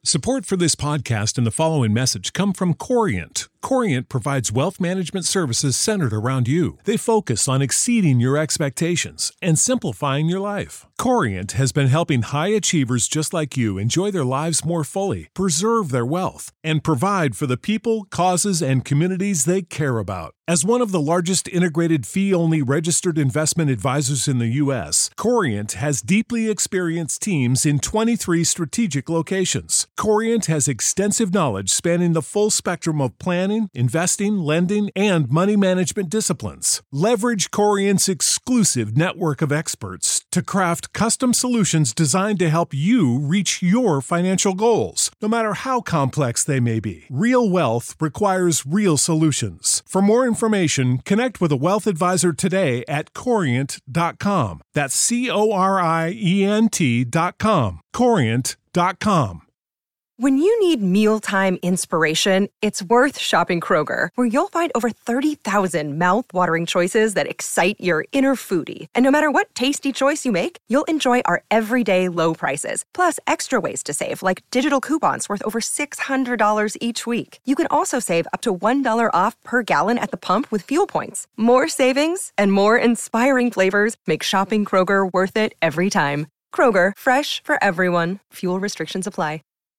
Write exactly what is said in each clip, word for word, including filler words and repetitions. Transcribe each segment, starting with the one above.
Support for this podcast and the following message come from Corient. Corient provides wealth management services centered around you. They focus on exceeding your expectations and simplifying your life. Corient has been helping high achievers just like you enjoy their lives more fully, preserve their wealth, and provide for the people, causes, and communities they care about. As one of the largest integrated fee-only registered investment advisors in the U S, Corient has deeply experienced teams in twenty-three strategic locations. Corient has extensive knowledge spanning the full spectrum of planning, investing, lending, and money management disciplines. Leverage Corient's exclusive network of experts to craft custom solutions designed to help you reach your financial goals, no matter how complex they may be. Real wealth requires real solutions. For more information, connect with a wealth advisor today at corient dot com. That's C O R I E N T dot com. corient dot com. When you need mealtime inspiration, it's worth shopping Kroger, where you'll find over thirty thousand mouth-watering choices that excite your inner foodie. And no matter what tasty choice you make, you'll enjoy our everyday low prices, plus extra ways to save, like digital coupons worth over six hundred dollars each week. You can also save up to one dollar off per gallon at the pump with fuel points. More savings and more inspiring flavors make shopping Kroger worth it every time. Kroger, fresh for everyone. Fuel restrictions apply.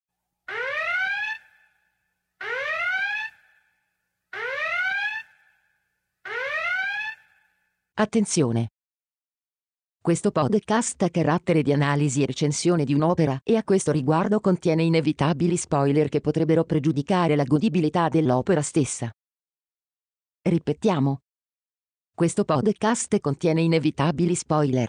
Attenzione! Questo podcast ha carattere di analisi e recensione di un'opera e a questo riguardo contiene inevitabili spoiler che potrebbero pregiudicare la godibilità dell'opera stessa. Ripetiamo. Questo podcast contiene inevitabili spoiler.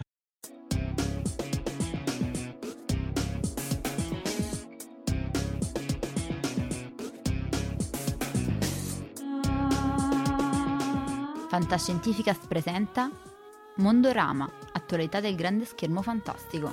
Fantascientificast presenta Mondorama, attualità del grande schermo fantastico.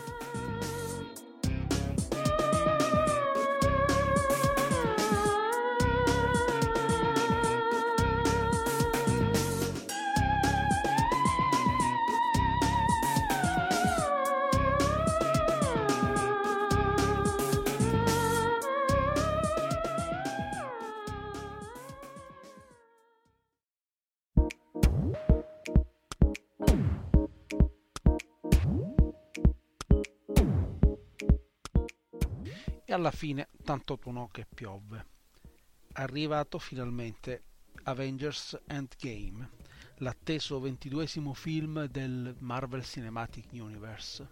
E alla fine tanto tuonò che piovve. Arrivato finalmente Avengers Endgame, l'atteso ventiduesimo film del Marvel Cinematic Universe.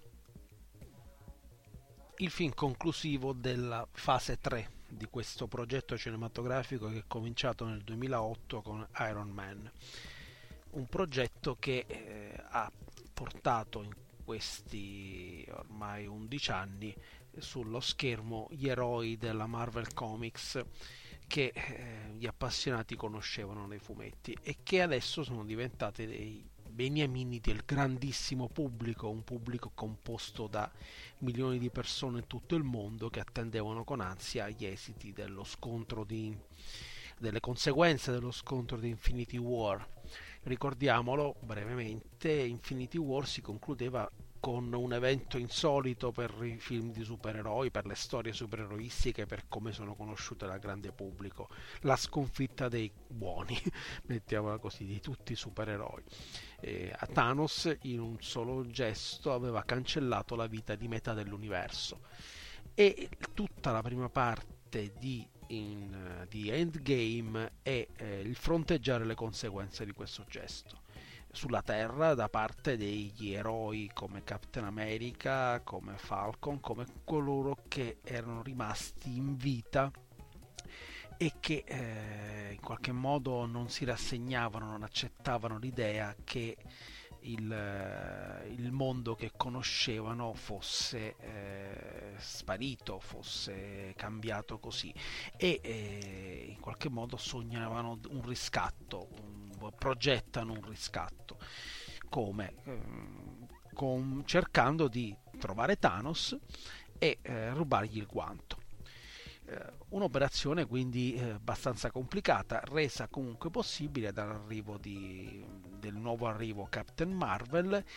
Il film conclusivo della fase tre di questo progetto cinematografico che è cominciato nel duemilaotto con Iron Man. Un progetto che eh, ha portato in questi ormai undici anni sullo schermo gli eroi della Marvel Comics che eh, gli appassionati conoscevano nei fumetti e che adesso sono diventati dei beniamini del grandissimo pubblico, un pubblico composto da milioni di persone in tutto il mondo che attendevano con ansia gli esiti dello scontro di delle conseguenze dello scontro di Infinity War. Ricordiamolo brevemente, Infinity War si concludeva con un evento insolito per i film di supereroi, per le storie supereroistiche, per come sono conosciute dal grande pubblico, la sconfitta dei buoni, mettiamola così, di tutti i supereroi. Eh, a Thanos in un solo gesto aveva cancellato la vita di metà dell'universo e tutta la prima parte di, in, di Endgame è eh, il fronteggiare le conseguenze di questo gesto sulla Terra da parte degli eroi come Captain America, come Falcon, come coloro che erano rimasti in vita e che eh, in qualche modo non si rassegnavano, non accettavano l'idea che il, il mondo che conoscevano fosse eh, sparito, fosse cambiato così e eh, in qualche modo sognavano un riscatto, un, progettano un riscatto come eh, con, cercando di trovare Thanos e eh, rubargli il guanto. Eh, un'operazione quindi eh, abbastanza complicata, resa comunque possibile dall'arrivo di, del nuovo arrivo Captain Marvel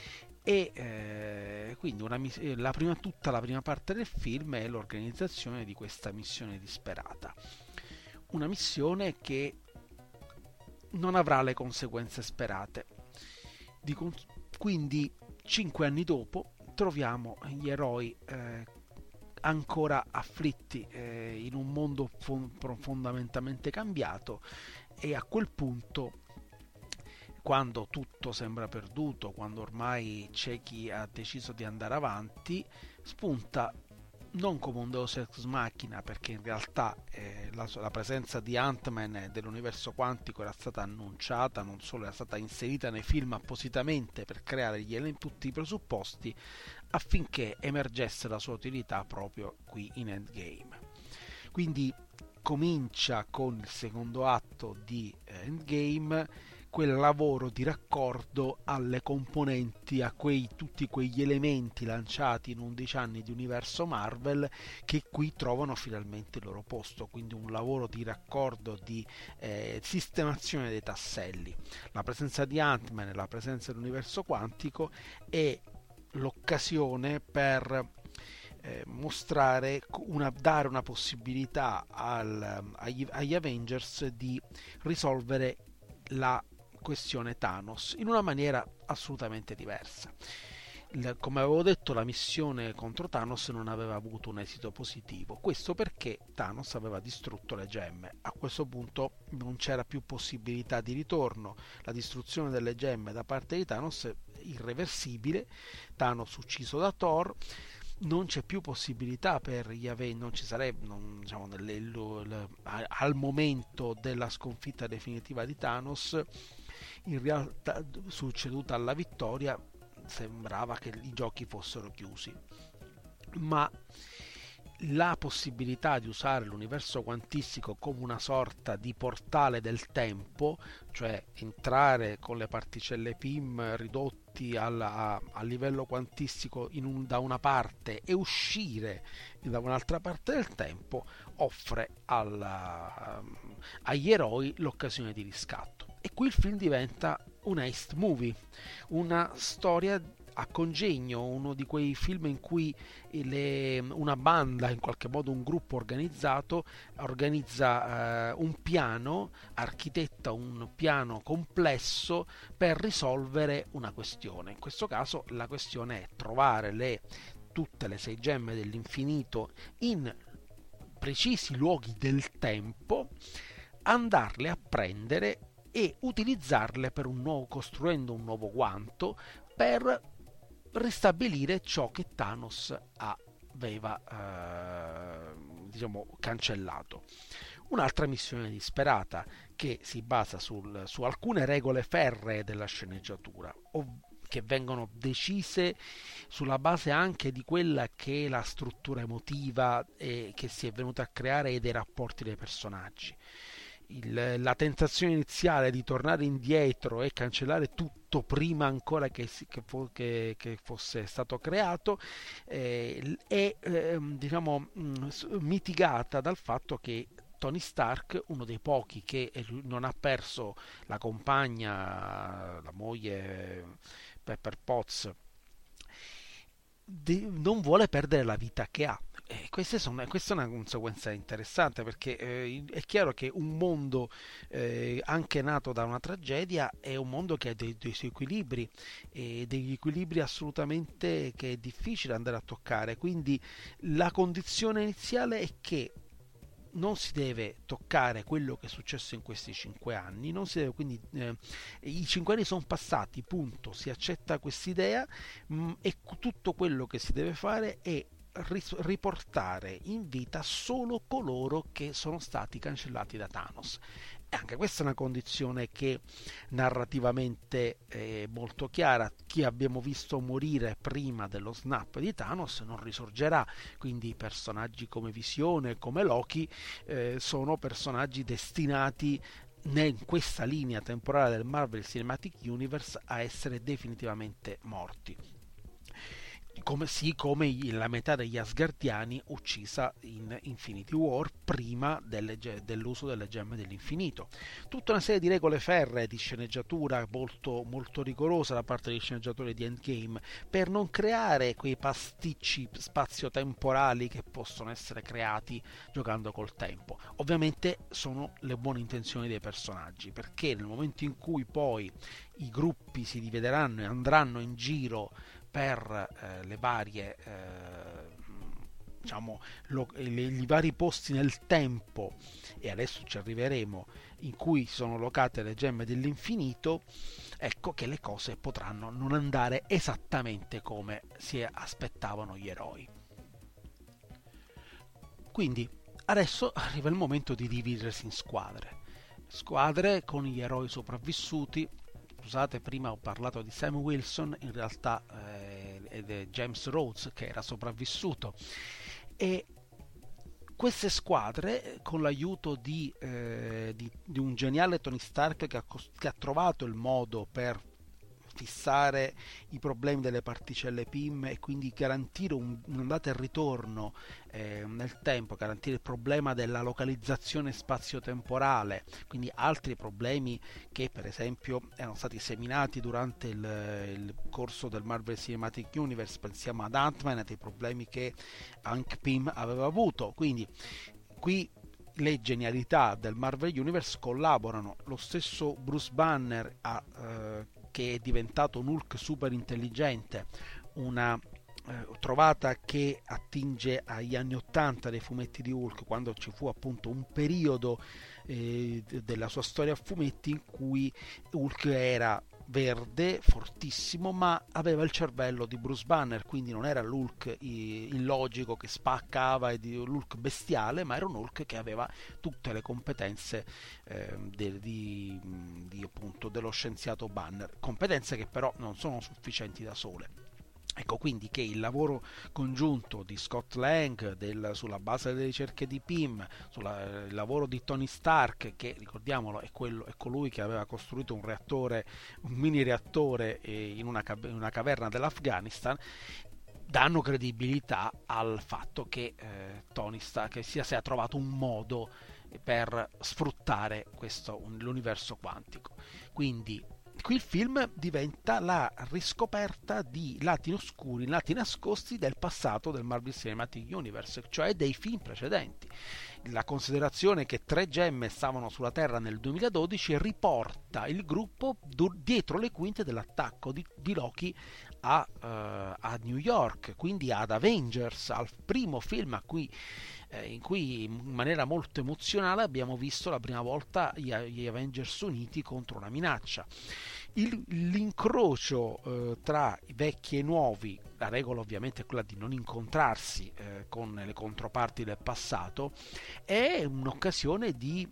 e eh, quindi una, la prima, tutta la prima parte del film è l'organizzazione di questa missione disperata, una missione che non avrà le conseguenze sperate. Di con- quindi cinque anni dopo troviamo gli eroi eh, ancora afflitti eh, in un mondo fon- profondamente cambiato, e a quel punto, quando tutto sembra perduto, quando ormai c'è chi ha deciso di andare avanti, spunta non come un Deus Ex Machina, perché in realtà eh, la, la presenza di Ant-Man e dell'universo quantico era stata annunciata, non solo era stata inserita nei film appositamente per creare gli, tutti i presupposti affinché emergesse la sua utilità proprio qui in Endgame. Quindi comincia con il secondo atto di Endgame quel lavoro di raccordo alle componenti, a quei, tutti quegli elementi lanciati in undici anni di universo Marvel, che qui trovano finalmente il loro posto. Quindi un lavoro di raccordo, di eh, sistemazione dei tasselli. La presenza di Ant-Man e la presenza dell'universo quantico è l'occasione per eh, mostrare una, dare una possibilità al, agli, agli Avengers di risolvere la questione Thanos in una maniera assolutamente diversa. Il, come avevo detto, la missione contro Thanos non aveva avuto un esito positivo, questo perché Thanos aveva distrutto le gemme. A questo punto non c'era più possibilità di ritorno, la distruzione delle gemme da parte di Thanos è irreversibile, Thanos ucciso da Thor, non c'è più possibilità per gli Avengers, non ci sarebbe, non, diciamo, nelle, l, l, al momento della sconfitta definitiva di Thanos, in realtà succeduta alla vittoria sembrava che i giochi fossero chiusi, ma la possibilità di usare l'universo quantistico come una sorta di portale del tempo, cioè entrare con le particelle P I M ridotti alla, a, a livello quantistico in un, da una parte e uscire da un'altra parte del tempo, offre alla, agli eroi l'occasione di riscatto. E qui il film diventa un heist movie, una storia a congegno, uno di quei film in cui le, una banda, in qualche modo un gruppo organizzato, organizza eh, un piano, architetta un piano complesso per risolvere una questione. In questo caso la questione è trovare le, tutte le sei gemme dell'infinito in precisi luoghi del tempo, andarle a prendere e utilizzarle per un nuovo, costruendo un nuovo guanto per ristabilire ciò che Thanos aveva eh, diciamo cancellato. Un'altra missione disperata che si basa sul, su alcune regole ferree della sceneggiatura, ov- che vengono decise sulla base anche di quella che è la struttura emotiva eh, che si è venuta a creare e dei rapporti dei personaggi. Il, la tentazione iniziale di tornare indietro e cancellare tutto prima ancora che, si, che, fo, che, che fosse stato creato eh, è eh, diciamo mh, mitigata dal fatto che Tony Stark, uno dei pochi che non ha perso la compagna, la moglie Pepper Potts, di, non vuole perdere la vita che ha. Eh, queste sono, questa è una conseguenza interessante, perché eh, è chiaro che un mondo eh, anche nato da una tragedia è un mondo che ha dei, dei suoi equilibri, e degli equilibri assolutamente che è difficile andare a toccare. Quindi la condizione iniziale è che non si deve toccare quello che è successo in questi cinque anni, non si deve, quindi eh, i cinque anni sono passati, punto, si accetta quest'idea, mh, e tutto quello che si deve fare è riportare in vita solo coloro che sono stati cancellati da Thanos. E anche questa è una condizione che narrativamente è molto chiara. Chi abbiamo visto morire prima dello snap di Thanos non risorgerà, quindi personaggi come Visione, come Loki eh, sono personaggi destinati in questa linea temporale del Marvel Cinematic Universe a essere definitivamente morti. come, sì, come la metà degli Asgardiani uccisa in Infinity War prima delle, dell'uso delle gemme dell'infinito. Tutta una serie di regole ferree di sceneggiatura molto, molto rigorosa da parte degli sceneggiatori di Endgame per non creare quei pasticci spazio-temporali che possono essere creati giocando col tempo. Ovviamente sono le buone intenzioni dei personaggi, perché nel momento in cui poi i gruppi si divideranno e andranno in giro per eh, le varie eh, diciamo lo, le, i vari posti nel tempo, e adesso ci arriveremo, in cui sono locate le gemme dell'infinito, ecco che le cose potranno non andare esattamente come si aspettavano gli eroi. Quindi adesso arriva il momento di dividersi in squadre squadre con gli eroi sopravvissuti. Scusate, prima ho parlato di Sam Wilson, in realtà eh, ed è James Rhodes che era sopravvissuto, e queste squadre, con l'aiuto di, eh, di, di un geniale Tony Stark che ha, che ha trovato il modo per fissare i problemi delle particelle P I M e quindi garantire un, un andata e ritorno eh, nel tempo, garantire il problema della localizzazione spazio-temporale, quindi altri problemi che per esempio erano stati seminati durante il, il corso del Marvel Cinematic Universe. Pensiamo ad Ant-Man e ai problemi che Hank Pym aveva avuto. Quindi qui le genialità del Marvel Universe collaborano. Lo stesso Bruce Banner ha eh, che è diventato un Hulk super intelligente, una eh, trovata che attinge agli anni ottanta dei fumetti di Hulk, quando ci fu appunto un periodo eh, della sua storia a fumetti in cui Hulk era verde, fortissimo, ma aveva il cervello di Bruce Banner, quindi non era l'Hulk illogico che spaccava e l'Hulk bestiale, ma era un Hulk che aveva tutte le competenze eh, de, di, di, appunto, dello scienziato Banner, competenze che però non sono sufficienti da sole. Ecco quindi che il lavoro congiunto di Scott Lang del, sulla base delle ricerche di Pym, sul lavoro di Tony Stark, che ricordiamolo è, quello, è colui che aveva costruito un reattore, un mini reattore eh, in, una, in una caverna dell'Afghanistan, danno credibilità al fatto che eh, Tony Stark che sia, sia trovato un modo per sfruttare questo, l'universo quantico. Quindi qui il film diventa la riscoperta di lati oscuri, lati nascosti del passato del Marvel Cinematic Universe, cioè dei film precedenti. La considerazione che tre gemme stavano sulla Terra nel duemiladodici riporta il gruppo dietro le quinte dell'attacco di, di Loki a, uh, a New York, quindi ad Avengers, al primo film a cui eh, in cui in maniera molto emozionale abbiamo visto la prima volta gli, gli Avengers uniti contro una minaccia. Il, l'incrocio eh, tra i vecchi e i nuovi, la regola ovviamente è quella di non incontrarsi eh, con le controparti del passato, è un'occasione di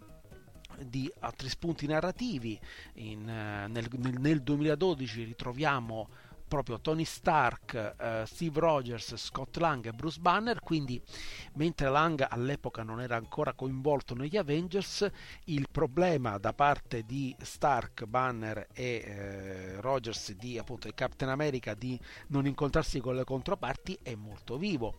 di altri spunti narrativi. In, eh, nel, nel, nel duemiladodici ritroviamo proprio Tony Stark, eh, Steve Rogers, Scott Lang e Bruce Banner, quindi mentre Lang all'epoca non era ancora coinvolto negli Avengers, il problema da parte di Stark, Banner e eh, Rogers, di appunto di Captain America, di non incontrarsi con le controparti è molto vivo.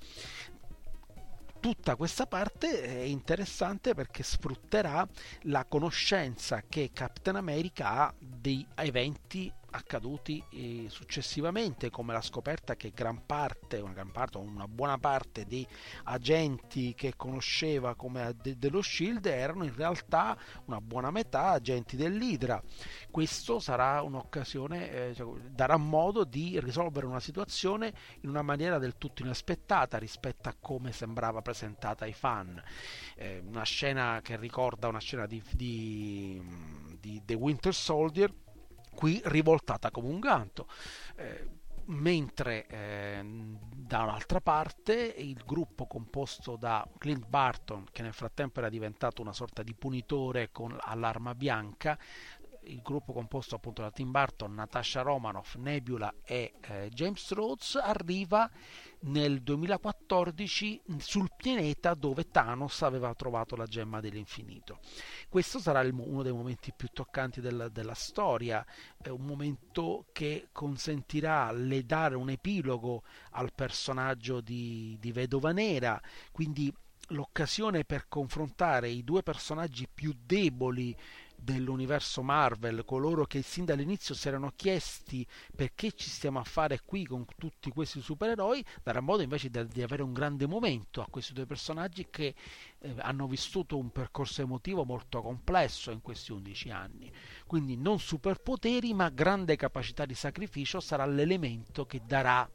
Tutta questa parte è interessante perché sfrutterà la conoscenza che Captain America ha dei eventi accaduti eh, successivamente, come la scoperta che gran parte, una gran parte, una buona parte dei agenti che conosceva come de- dello Shield erano in realtà una buona metà agenti dell'Hydra. Questo sarà un'occasione, eh, cioè, darà modo di risolvere una situazione in una maniera del tutto inaspettata rispetto a come sembrava presentata ai fan. Eh, una scena che ricorda una scena di, di, di The Winter Soldier, qui rivoltata come un ganto, eh, mentre eh, da un'altra parte il gruppo composto da Clint Barton, che nel frattempo era diventato una sorta di punitore con all'arma bianca, il gruppo composto appunto da Tim Burton, Natasha Romanoff, Nebula e eh, James Rhodes, arriva nel duemilaquattordici sul pianeta dove Thanos aveva trovato la gemma dell'infinito. Questo sarà il, uno dei momenti più toccanti del, della storia, è un momento che consentirà di dare un epilogo al personaggio di, di Vedova Nera, quindi l'occasione per confrontare i due personaggi più deboli dell'universo Marvel, coloro che sin dall'inizio si erano chiesti perché ci stiamo a fare qui con tutti questi supereroi, darà modo invece di, di avere un grande momento a questi due personaggi che eh, hanno vissuto un percorso emotivo molto complesso in questi undici anni. Quindi non superpoteri, ma grande capacità di sacrificio sarà l'elemento che darà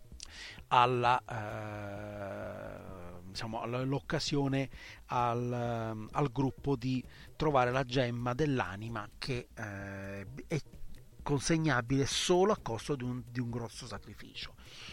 alla eh, diciamo l'occasione al, al gruppo di trovare la gemma dell'anima, che eh, è consegnabile solo a costo di un, di un grosso sacrificio.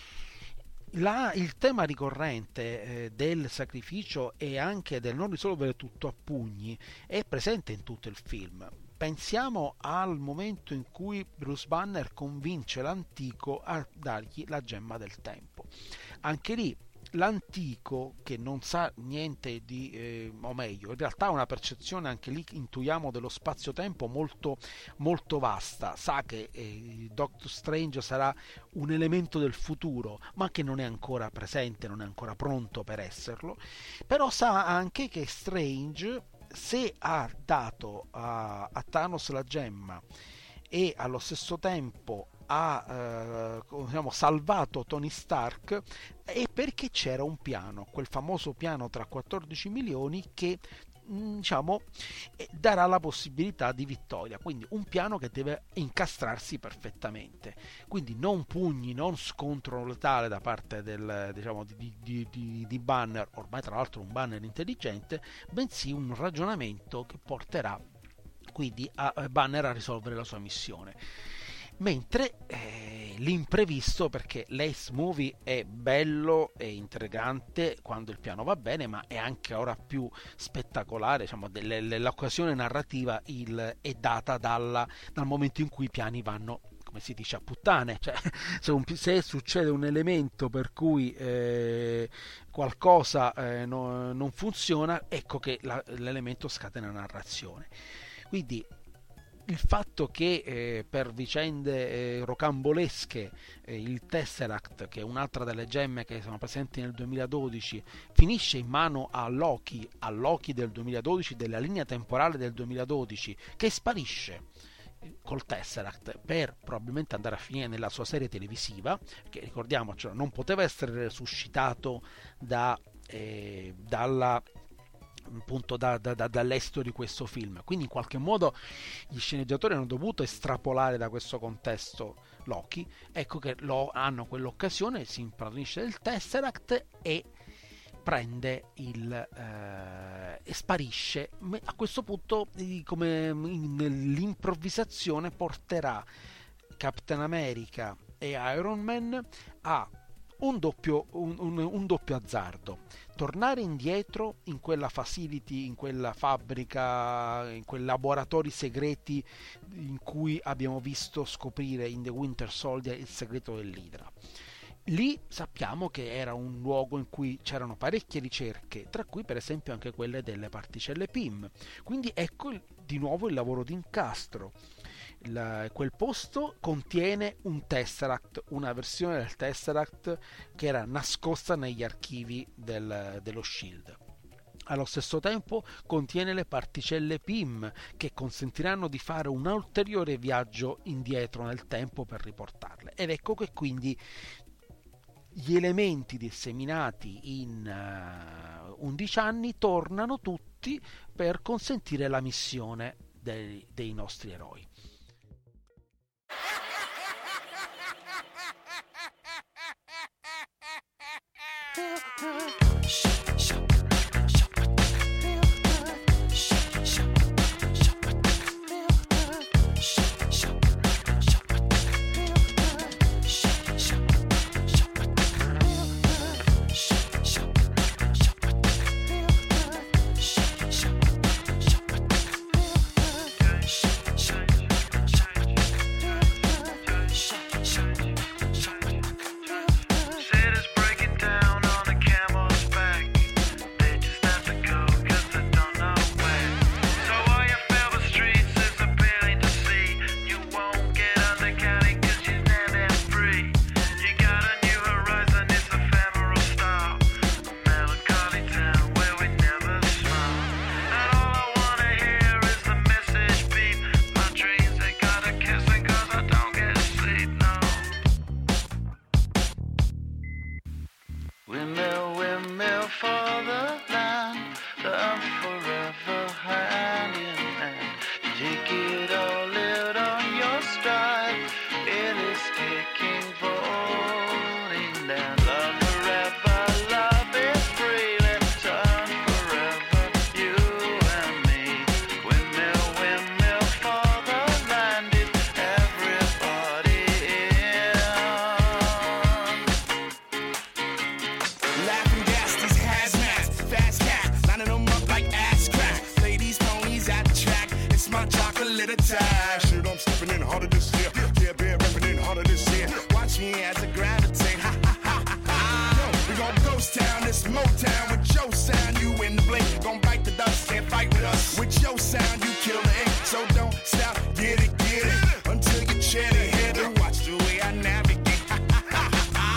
La, il tema ricorrente eh, del sacrificio e anche del non risolvere tutto a pugni è presente in tutto il film. Pensiamo al momento in cui Bruce Banner convince l'antico a dargli la gemma del tempo. Anche lì l'antico, che non sa niente di eh, o meglio, in realtà ha una percezione, anche lì intuiamo, dello spazio-tempo molto molto vasta, sa che eh, Doctor Strange sarà un elemento del futuro, ma che non è ancora presente, non è ancora pronto per esserlo. Però sa anche che Strange, se ha dato a, a Thanos la gemma e allo stesso tempo ha eh, diciamo, salvato Tony Stark, è perché c'era un piano, quel famoso piano tra quattordici milioni che diciamo darà la possibilità di vittoria, quindi un piano che deve incastrarsi perfettamente, quindi non pugni, non scontro letale da parte del, diciamo, di, di, di, di Banner, ormai tra l'altro un Banner intelligente, bensì un ragionamento che porterà quindi a Banner a risolvere la sua missione. Mentre eh, l'imprevisto, perché l'Ace Movie è bello e intrigante quando il piano va bene, ma è anche ora più spettacolare, diciamo, delle, l'occasione narrativa il, è data dalla, dal momento in cui i piani vanno, come si dice, a puttane, cioè se, un, se succede un elemento per cui eh, qualcosa eh, no, non funziona, ecco che la, l'elemento scatena la narrazione. Quindi il fatto che eh, per vicende eh, rocambolesche eh, il Tesseract, che è un'altra delle gemme che sono presenti nel duemiladodici, finisce in mano a Loki, a Loki del duemiladodici, della linea temporale del duemiladodici, che sparisce col Tesseract per probabilmente andare a finire nella sua serie televisiva, che ricordiamocelo non poteva essere resuscitato da, eh, dalla appunto da, da, da, dall'esito di questo film, quindi in qualche modo gli sceneggiatori hanno dovuto estrapolare da questo contesto Loki. Ecco che lo hanno quell'occasione, si impadronisce del Tesseract e prende il eh, e sparisce. A questo punto, come nell'improvvisazione, porterà Captain America e Iron Man a un doppio, un, un, un doppio azzardo: tornare indietro in quella facility, in quella fabbrica, in quei laboratori segreti in cui abbiamo visto scoprire in The Winter Soldier il segreto dell'Idra. Lì sappiamo che era un luogo in cui c'erano parecchie ricerche, tra cui per esempio anche quelle delle particelle P I M. Quindi ecco il, di nuovo il lavoro di incastro. La, quel posto contiene un Tesseract, una versione del Tesseract che era nascosta negli archivi del, dello Shield. Allo stesso tempo contiene le particelle P I M che consentiranno di fare un ulteriore viaggio indietro nel tempo per riportarle. Ed ecco che quindi gli elementi disseminati in uh, undici anni tornano tutti per consentire la missione dei, dei nostri eroi. forever hand in hand. Take it all out on your stride. It is taking falling down. Love forever, love is free. Let's turn forever, you and me. Windmill, windmill for the land is everybody in. Laughing gas, these hazmats, fast cats, lining them up like ass crack. Play these ponies at the track. It's my chocolate attack. Shit, I'm stepping in harder this year. Yeah, bear repping in harder this year. Watch me as I gravitate. Ha ha ha ha ha. Yo, we gon' ghost town, this Motown with your sound. You in the blink, gon' bite the dust, can't fight with us. With your sound, you kill the ink. So don't stop, get it, get it, until you chat it, hit it. Watch the way I navigate. Ha ha ha ha ha.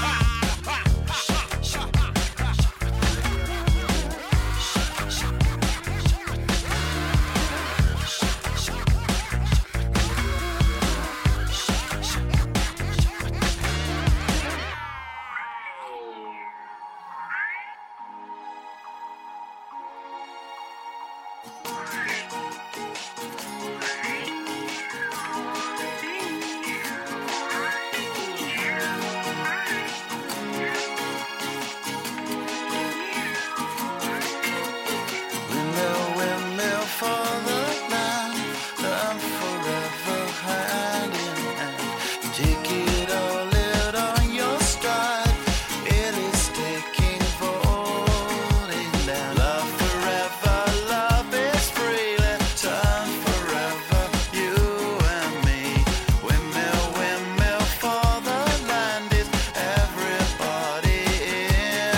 Windmill, windmill for the land, love forever hand in hand. Take it all out on your stride. It is taking falling down. Love forever, love is free. Let's turn forever, you and me. Windmill, windmill for the land is everybody in.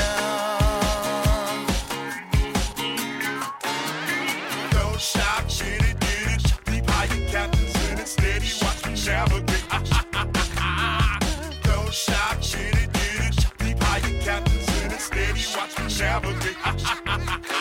Don't stop, get it, get it. Deep high, your captain's in it steady. Watch me navigate. Ah, ah, ah, ah, ah. Don't stop, get it, get it. Deep high, your captain's in it steady. Watch me navigate. Ah, ah, ah, ah, ah.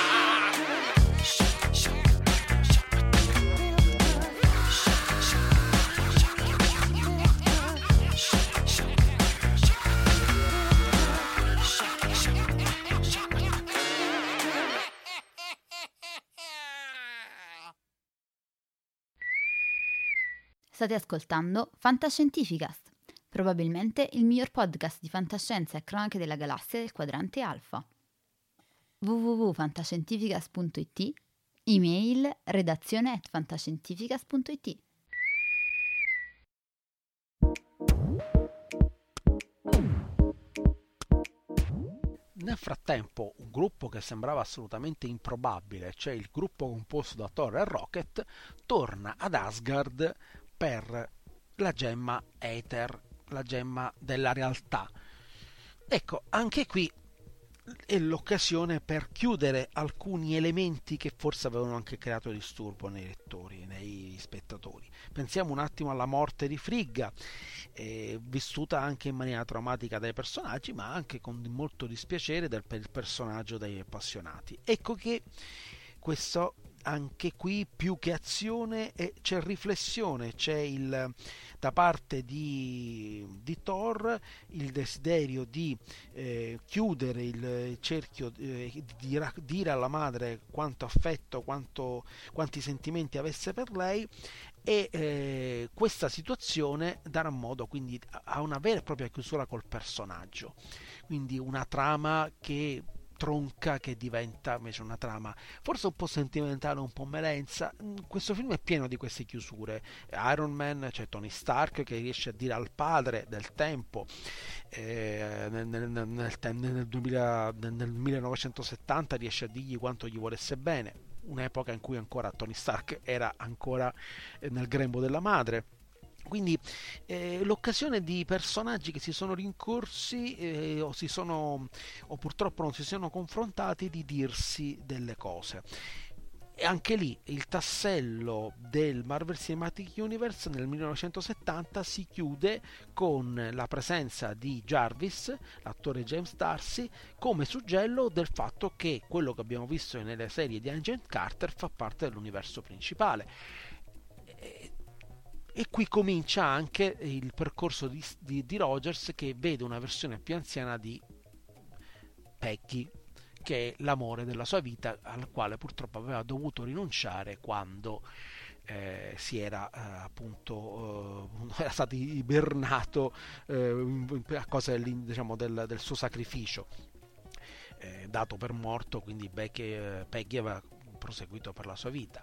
State ascoltando Fantascientificast, probabilmente il miglior podcast di fantascienza e cronache della galassia del quadrante alfa. w w w punto fantascientificast punto i t, email redazione at fantascientificast punto i t. Nel frattempo, un gruppo che sembrava assolutamente improbabile, cioè il gruppo composto da Thor e Rocket, torna ad Asgard per la gemma Aether, la gemma della realtà. Ecco, anche qui è l'occasione per chiudere alcuni elementi che forse avevano anche creato disturbo nei lettori, nei spettatori. Pensiamo un attimo alla morte di Frigga, eh, vissuta anche in maniera traumatica dai personaggi, ma anche con molto dispiacere del, per il personaggio dei appassionati. Ecco che questo, anche qui, più che azione, eh, c'è riflessione, c'è il, da parte di, di Thor, il desiderio di eh, chiudere il cerchio, eh, di ra- dire alla madre quanto affetto, quanto, quanti sentimenti avesse per lei, e eh, questa situazione darà modo quindi a una vera e propria chiusura col personaggio, quindi una trama che tronca, che diventa invece una trama forse un po' sentimentale, un po' melenza. Questo film è pieno di queste chiusure. Iron Man, c'è Tony Stark che riesce a dire al padre del tempo, eh, nel, nel, nel, nel, duemila, nel millenovecentosettanta riesce a dirgli quanto gli volesse bene, un'epoca in cui ancora Tony Stark era ancora nel grembo della madre. Quindi eh, l'occasione di personaggi che si sono rincorsi eh, o si sono o purtroppo non si sono confrontati, di dirsi delle cose. E anche lì il tassello del Marvel Cinematic Universe nel millenovecentosettanta si chiude con la presenza di Jarvis, l'attore James D'Arcy, come suggello del fatto che quello che abbiamo visto nelle serie di Agent Carter fa parte dell'universo principale. E, e qui comincia anche il percorso di, di, di Rogers, che vede una versione più anziana di Peggy, che è l'amore della sua vita, al quale purtroppo aveva dovuto rinunciare quando eh, si era eh, appunto eh, era stato ibernato eh, a causa del, diciamo, del, del suo sacrificio eh, dato per morto, quindi Becky, eh, Peggy aveva proseguito per la sua vita.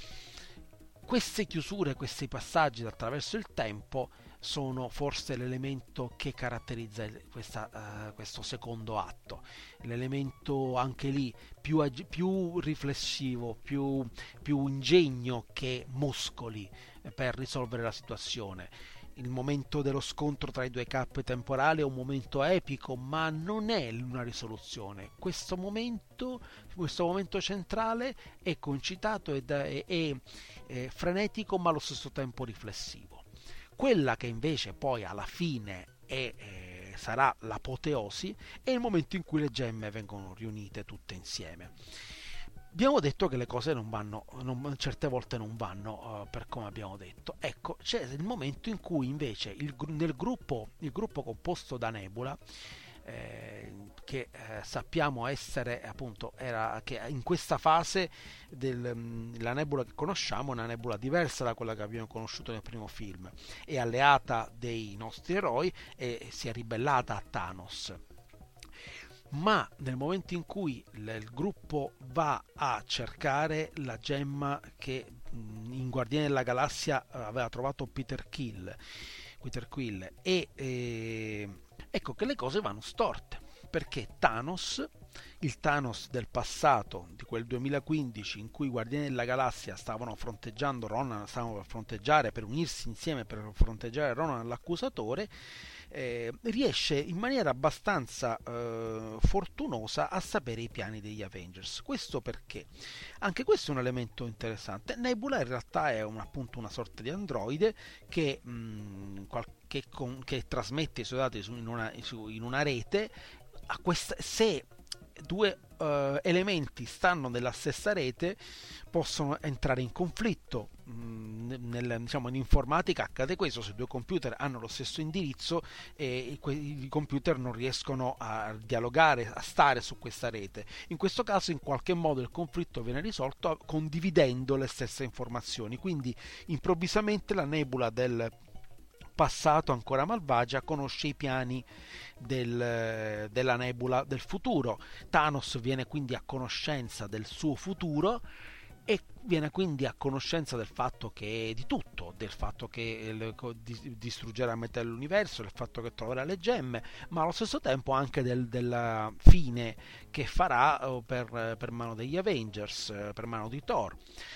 Queste chiusure, questi passaggi attraverso il tempo sono forse l'elemento che caratterizza questa, uh, questo secondo atto, l'elemento anche lì più, ag- più riflessivo, più, più ingegno che muscoli per risolvere la situazione. Il momento dello scontro tra i due capi temporali è un momento epico, ma non è una risoluzione. Questo momento, questo momento centrale è concitato ed è, è, è frenetico, ma allo stesso tempo riflessivo. Quella che invece poi alla fine è, eh, sarà l'apoteosi è il momento in cui le gemme vengono riunite tutte insieme. Abbiamo detto che le cose non vanno, non, certe volte non vanno uh, per come abbiamo detto. Ecco, c'è il momento in cui invece il, nel gruppo, il gruppo composto da Nebula, eh, che eh, sappiamo essere appunto, era che in questa fase del, la Nebula che conosciamo è una Nebula diversa da quella che abbiamo conosciuto nel primo film, è alleata dei nostri eroi e si è ribellata a Thanos. Ma nel momento in cui il gruppo va a cercare la gemma che in Guardiani della Galassia aveva trovato Peter Quill, Peter Quill e eh, ecco che le cose vanno storte, perché Thanos, il Thanos del passato, di quel duemilaquindici in cui i Guardiani della Galassia stavano fronteggiando Ronan, stavano per fronteggiare, per unirsi insieme per fronteggiare Ronan l'accusatore, eh, riesce in maniera abbastanza eh, fortunosa a sapere i piani degli Avengers. Questo perché? Anche questo è un elemento interessante. Nebula in realtà è un, appunto una sorta di androide che, mh, che, con, che trasmette i suoi dati su, in, una, su, in una rete. A questa, se due uh, elementi stanno nella stessa rete possono entrare in conflitto. Mh, nel, diciamo, in informatica accade questo: se due computer hanno lo stesso indirizzo e i, i computer non riescono a dialogare, a stare su questa rete. In questo caso in qualche modo il conflitto viene risolto condividendo le stesse informazioni, quindi improvvisamente la Nebula del passato ancora malvagia conosce i piani del, della Nebula del futuro. Thanos viene quindi a conoscenza del suo futuro e viene quindi a conoscenza del fatto che di tutto, del fatto che distruggerà metà dell'universo, del fatto che troverà le gemme, ma allo stesso tempo anche del, della fine che farà per, per mano degli Avengers, per mano di Thor.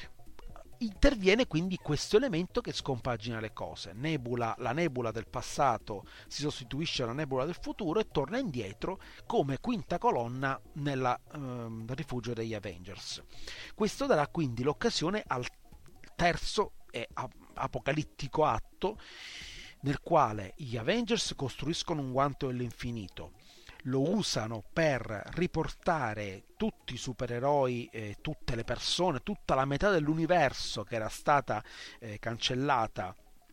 Interviene quindi questo elemento che scompagina le cose. Nebula, la Nebula del passato si sostituisce alla Nebula del futuro e torna indietro come quinta colonna nel ehm, rifugio degli Avengers. Questo darà quindi l'occasione al terzo e apocalittico atto, nel quale gli Avengers costruiscono un guanto dell'infinito, lo usano per riportare tutti i supereroi, eh, tutte le persone, tutta la metà dell'universo che era stata eh, cancellata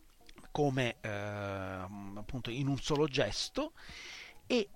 come eh, appunto in un solo gesto, e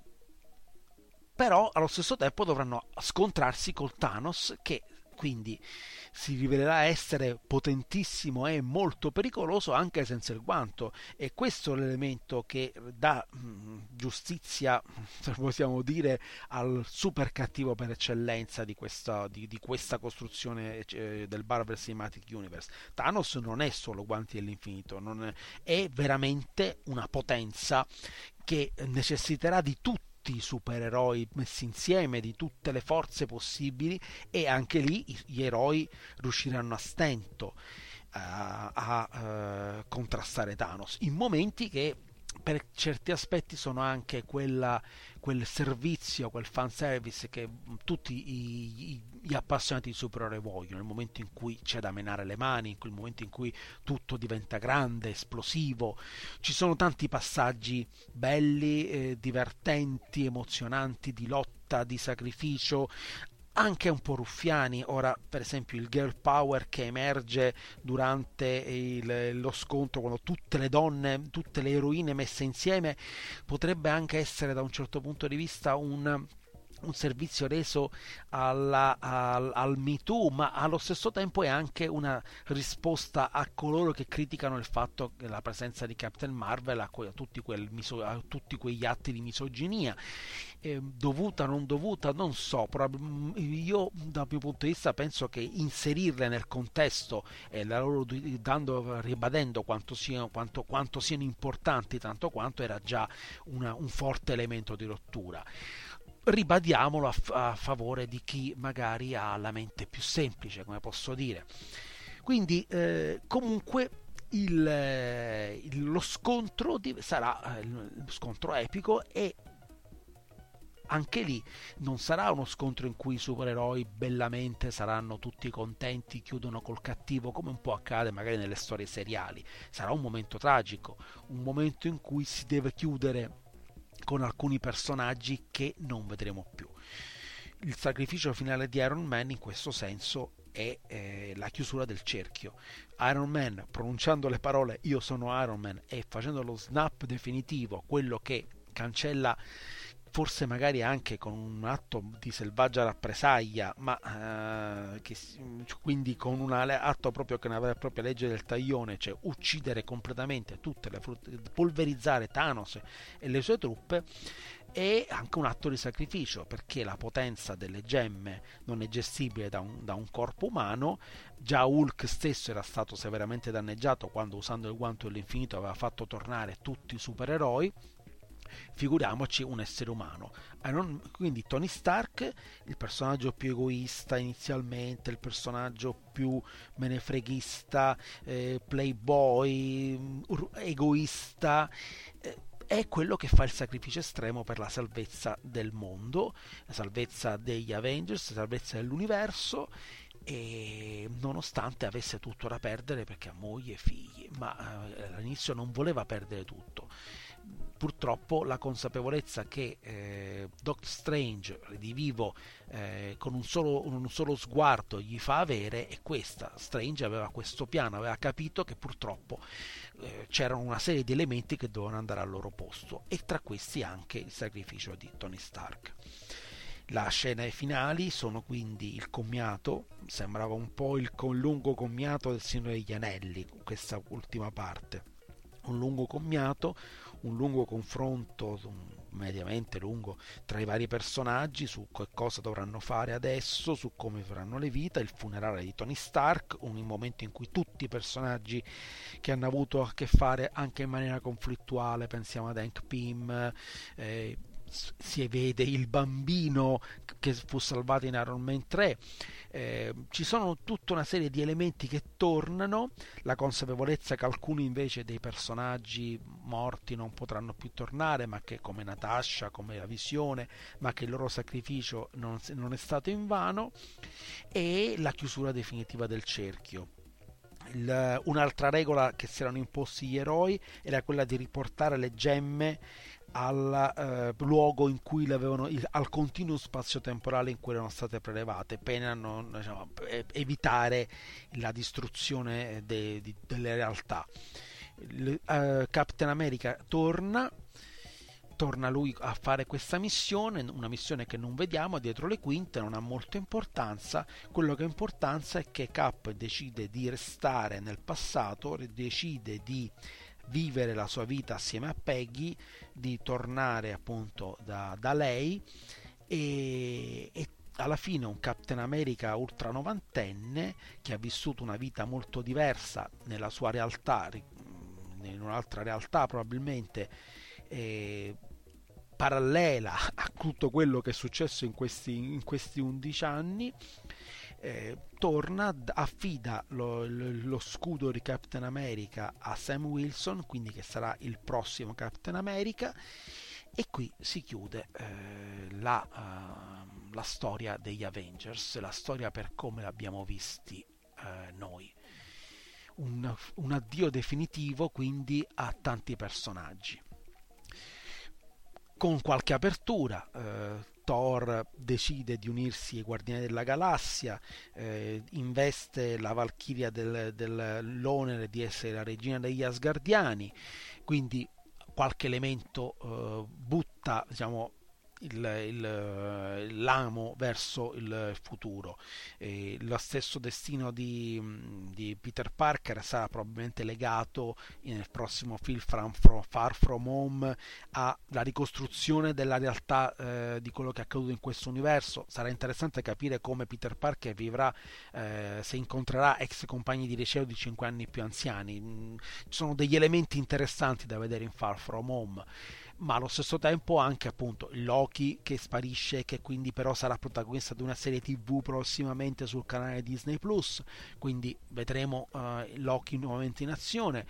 però allo stesso tempo dovranno scontrarsi col Thanos, che quindi si rivelerà essere potentissimo e molto pericoloso anche senza il guanto. E questo è l'elemento che dà mh, giustizia, se possiamo dire, al super cattivo per eccellenza di questa, di, di questa costruzione eh, del Marvel Cinematic Universe. Thanos non è solo guanti dell'infinito, non è, è veramente una potenza che necessiterà di tutti i supereroi messi insieme, di tutte le forze possibili, e anche lì gli eroi riusciranno a stento a, a, a contrastare Thanos in momenti che per certi aspetti sono anche quella, quel servizio, quel fanservice che tutti i, i, gli appassionati di supereroi vogliono, nel momento in cui c'è da menare le mani, in quel momento in cui tutto diventa grande, esplosivo. Ci sono tanti passaggi belli, eh, divertenti, emozionanti, di lotta, di sacrificio, anche un po' ruffiani. Ora, per esempio, il girl power che emerge durante il, lo scontro, quando tutte le donne, tutte le eroine messe insieme, potrebbe anche essere da un certo punto di vista un un servizio reso alla, al, al Me Too, ma allo stesso tempo è anche una risposta a coloro che criticano il fatto che la presenza di Captain Marvel a, que, a, tutti, quel miso, a tutti quegli atti di misoginia, eh, dovuta o non dovuta, non so. Io dal mio punto di vista penso che inserirle nel contesto e la loro, dando, ribadendo quanto siano, quanto, quanto siano importanti, tanto quanto era già una, un forte elemento di rottura. Ribadiamolo a, f- a favore di chi magari ha la mente più semplice, come posso dire. Quindi eh, comunque il, il, lo scontro di, sarà eh, lo scontro epico, e anche lì non sarà uno scontro in cui i supereroi bellamente saranno tutti contenti, chiudono col cattivo come un po' accade magari nelle storie seriali. Sarà un momento tragico, un momento in cui si deve chiudere con alcuni personaggi che non vedremo più. Il sacrificio finale di Iron Man in questo senso è eh, la chiusura del cerchio. Iron Man, pronunciando le parole "io sono Iron Man" e facendo lo snap definitivo, quello che cancella, forse magari anche con un atto di selvaggia rappresaglia, ma eh, che, quindi con un atto proprio che è una vera e propria legge del taglione, cioè uccidere completamente tutte le frutte, polverizzare Thanos e le sue truppe, è anche un atto di sacrificio, perché la potenza delle gemme non è gestibile da un, da un corpo umano. Già Hulk stesso era stato severamente danneggiato quando, usando il guanto dell'infinito, aveva fatto tornare tutti i supereroi, figuriamoci un essere umano. Quindi Tony Stark, il personaggio più egoista inizialmente, il personaggio più menefreghista, eh, playboy, egoista, eh, è quello che fa il sacrificio estremo per la salvezza del mondo, la salvezza degli Avengers, la salvezza dell'universo, e nonostante avesse tutto da perdere perché ha moglie e figli, ma eh, all'inizio non voleva perdere tutto. Purtroppo la consapevolezza che eh, Doctor Strange, redivivo, eh, con un solo, un solo sguardo gli fa avere è questa. Strange aveva questo piano, aveva capito che purtroppo eh, c'erano una serie di elementi che dovevano andare al loro posto, e tra questi anche il sacrificio di Tony Stark. La scena ai finali sono quindi il commiato, sembrava un po' il lungo commiato del Signore degli Anelli, questa ultima parte. Un lungo commiato, un lungo confronto, mediamente lungo, tra i vari personaggi su che cosa dovranno fare adesso, su come faranno le vite, il funerale di Tony Stark, un momento in cui tutti i personaggi che hanno avuto a che fare anche in maniera conflittuale, pensiamo ad Hank Pym, eh, si vede il bambino che fu salvato in Iron Man tre, eh, ci sono tutta una serie di elementi che tornano, la consapevolezza che alcuni invece dei personaggi morti non potranno più tornare, ma che, come Natasha, come la Visione, ma che il loro sacrificio non, non è stato invano, e la chiusura definitiva del cerchio. Il, un'altra regola che si erano imposti gli eroi era quella di riportare le gemme al eh, luogo in cui le avevano, il, al continuo spazio temporale in cui erano state prelevate, pena non, diciamo, evitare la distruzione de, de, delle realtà. Il, uh, Captain America torna torna lui a fare questa missione, una missione che non vediamo dietro le quinte, non ha molta importanza. Quello che ha importanza è che Cap decide di restare nel passato, decide di vivere la sua vita assieme a Peggy, di tornare appunto da, da lei, e, e alla fine un Captain America ultra novantenne che ha vissuto una vita molto diversa nella sua realtà, in un'altra realtà probabilmente eh, parallela a tutto quello che è successo in questi, in questi undici anni. Eh, torna, affida lo, lo, lo scudo di Captain America a Sam Wilson, quindi che sarà il prossimo Captain America, e qui si chiude eh, la, uh, la storia degli Avengers, la storia per come l'abbiamo visti uh, noi. Un, un addio definitivo quindi a tanti personaggi, con qualche apertura. eh, Thor decide di unirsi ai Guardiani della Galassia, eh, investe la Valchiria del, dell'onere di essere la regina degli Asgardiani, quindi qualche elemento eh, butta, diciamo, il, il, l'amo verso il futuro. E lo stesso destino di, di Peter Parker sarà probabilmente legato nel prossimo film Far From, Far From Home alla ricostruzione della realtà eh, di quello che è accaduto in questo universo. Sarà interessante capire come Peter Parker vivrà, eh, se incontrerà ex compagni di liceo di cinque anni più anziani. Mm, ci sono degli elementi interessanti da vedere in Far From Home, ma allo stesso tempo anche appunto Loki che sparisce, che quindi però sarà protagonista di una serie tv prossimamente sul canale Disney Plus, quindi vedremo uh, Loki nuovamente in azione.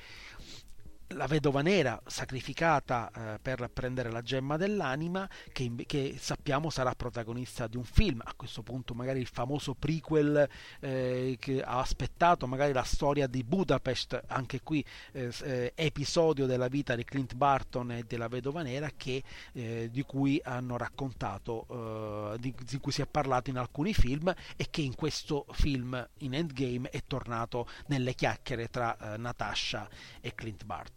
La vedova nera sacrificata eh, per prendere la gemma dell'anima, che, che sappiamo sarà protagonista di un film. A questo punto magari il famoso prequel eh, che ha aspettato, magari la storia di Budapest, anche qui eh, eh, episodio della vita di Clint Barton e della vedova nera, che, eh, di cui hanno raccontato, eh, di, di cui si è parlato in alcuni film, e che in questo film in Endgame è tornato nelle chiacchiere tra eh, Natasha e Clint Barton.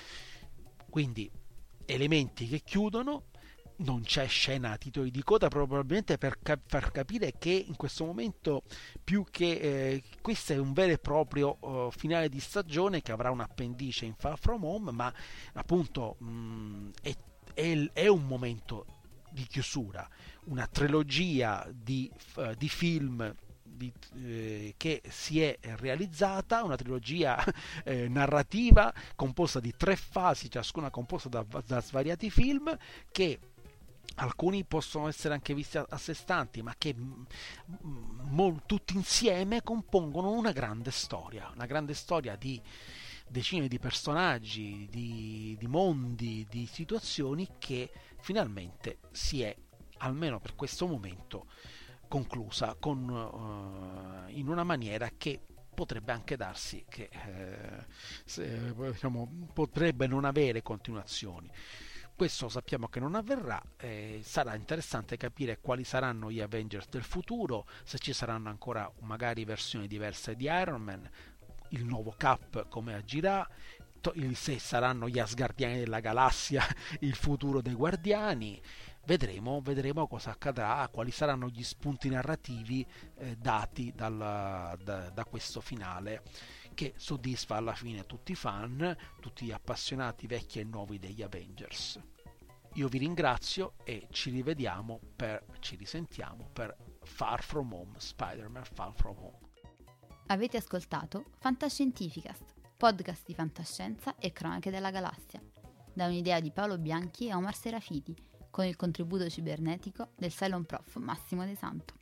Quindi elementi che chiudono, non c'è scena a titoli di coda, probabilmente per cap- far capire che in questo momento più che eh, questo è un vero e proprio uh, finale di stagione che avrà un appendice in Far From Home, ma appunto mh, è, è, è un momento di chiusura, una trilogia di, uh, di film Di, eh, che si è realizzata, una trilogia eh, narrativa composta di tre fasi, ciascuna composta da, da svariati film, che alcuni possono essere anche visti a, a sé stanti, ma che m- m- tutti insieme compongono una grande storia, una grande storia di decine di personaggi, di, di mondi, di situazioni che finalmente si è, almeno per questo momento, conclusa con, uh, in una maniera che potrebbe anche darsi che eh, se, diciamo, potrebbe non avere continuazioni. Questo sappiamo che non avverrà. Eh, sarà interessante capire quali saranno gli Avengers del futuro, se ci saranno ancora magari versioni diverse di Iron Man, il nuovo Cap come agirà, se saranno gli Asgardiani della galassia il futuro dei Guardiani. Vedremo, vedremo cosa accadrà, quali saranno gli spunti narrativi eh, dati dal, da, da questo finale, che soddisfa alla fine tutti i fan, tutti gli appassionati vecchi e nuovi degli Avengers. Io vi ringrazio e ci rivediamo per, ci risentiamo per Far From Home, Spider-Man Far From Home. Avete ascoltato Fantascientificast, podcast di fantascienza e cronache della galassia, da un'idea di Paolo Bianchi e Omar Serafiti, con il contributo cibernetico del Cylon Prof Massimo De Santo.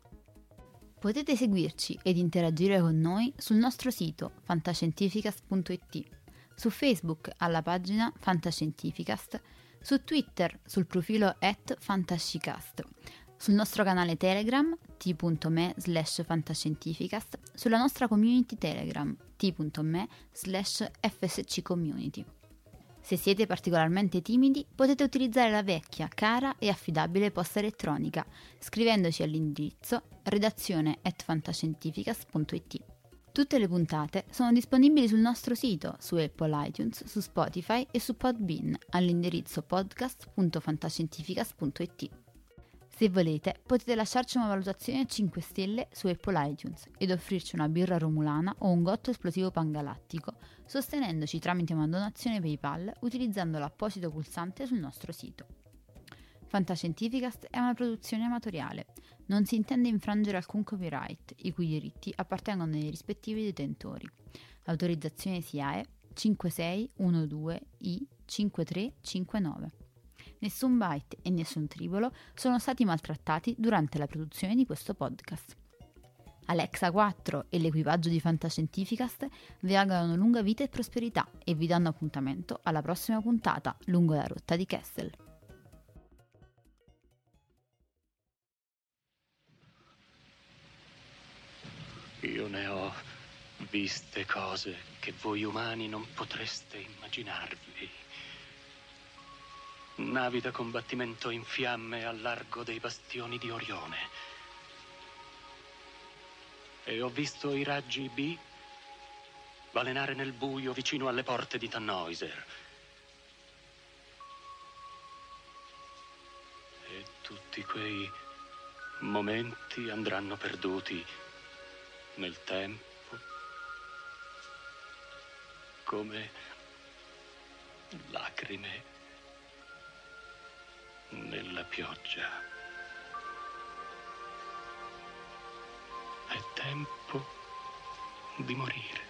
Potete seguirci ed interagire con noi sul nostro sito fantascientificast punto it, su Facebook alla pagina Fantascientificast, su Twitter sul profilo at fantascicast, sul nostro canale Telegram t.me slash fantascientificast, sulla nostra community Telegram t.me slash fsccommunity. Se siete particolarmente timidi, potete utilizzare la vecchia, cara e affidabile posta elettronica, scrivendoci all'indirizzo redazione at fantascientificast punto it. Tutte le puntate sono disponibili sul nostro sito, su Apple iTunes, su Spotify e su Podbean, all'indirizzo podcast punto fantascientificast punto it. Se volete, potete lasciarci una valutazione a cinque stelle su Apple iTunes ed offrirci una birra romulana o un gotto esplosivo pangalattico, sostenendoci tramite una donazione PayPal utilizzando l'apposito pulsante sul nostro sito. Fantascientificast è una produzione amatoriale, non si intende infrangere alcun copyright, i cui diritti appartengono ai rispettivi detentori. L'autorizzazione S I A E cinque sei uno due I cinque tre cinque nove. Nessun byte e nessun tribolo sono stati maltrattati durante la produzione di questo podcast. Alexa quattro e l'equipaggio di Fantascientificast vi augurano lunga vita e prosperità e vi danno appuntamento alla prossima puntata lungo la rotta di Kessel. Io ne ho viste cose che voi umani non potreste immaginarvi. Navi da combattimento in fiamme al largo dei bastioni di Orione. E ho visto i raggi B balenare nel buio vicino alle porte di Tannhäuser. E tutti quei momenti andranno perduti nel tempo, come lacrime nella pioggia. È tempo di morire.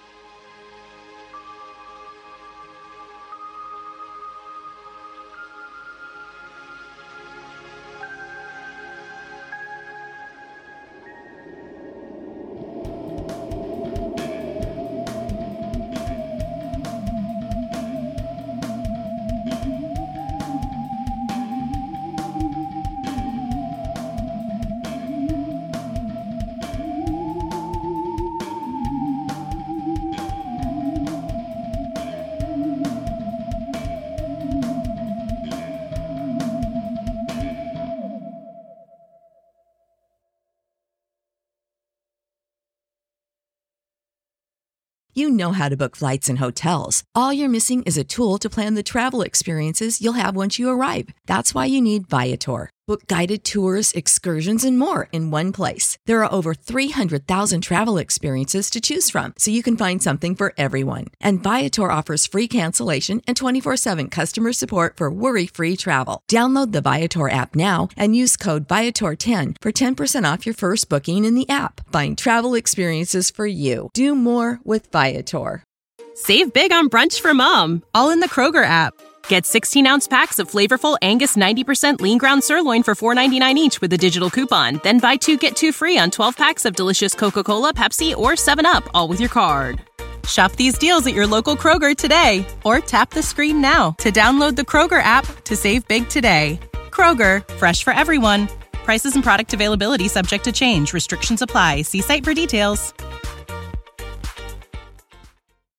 You know how to book flights and hotels. All you're missing is a tool to plan the travel experiences you'll have once you arrive. That's why you need Viator. Book guided tours, excursions, and more in one place. There are over three hundred thousand travel experiences to choose from, so you can find something for everyone. And Viator offers free cancellation and twenty-four seven customer support for worry-free travel. Download the Viator app now and use code Viator ten for ten percent off your first booking in the app. Find travel experiences for you. Do more with Viator. Save big on brunch for mom, all in the Kroger app. Get sixteen-ounce packs of flavorful Angus ninety percent lean ground sirloin for four ninety-nine each with a digital coupon. Then buy two, get two free on twelve packs of delicious Coca-Cola, Pepsi, or seven up, all with your card. Shop these deals at your local Kroger today, or tap the screen now to download the Kroger app to save big today. Kroger, fresh for everyone. Prices and product availability subject to change. Restrictions apply. See site for details.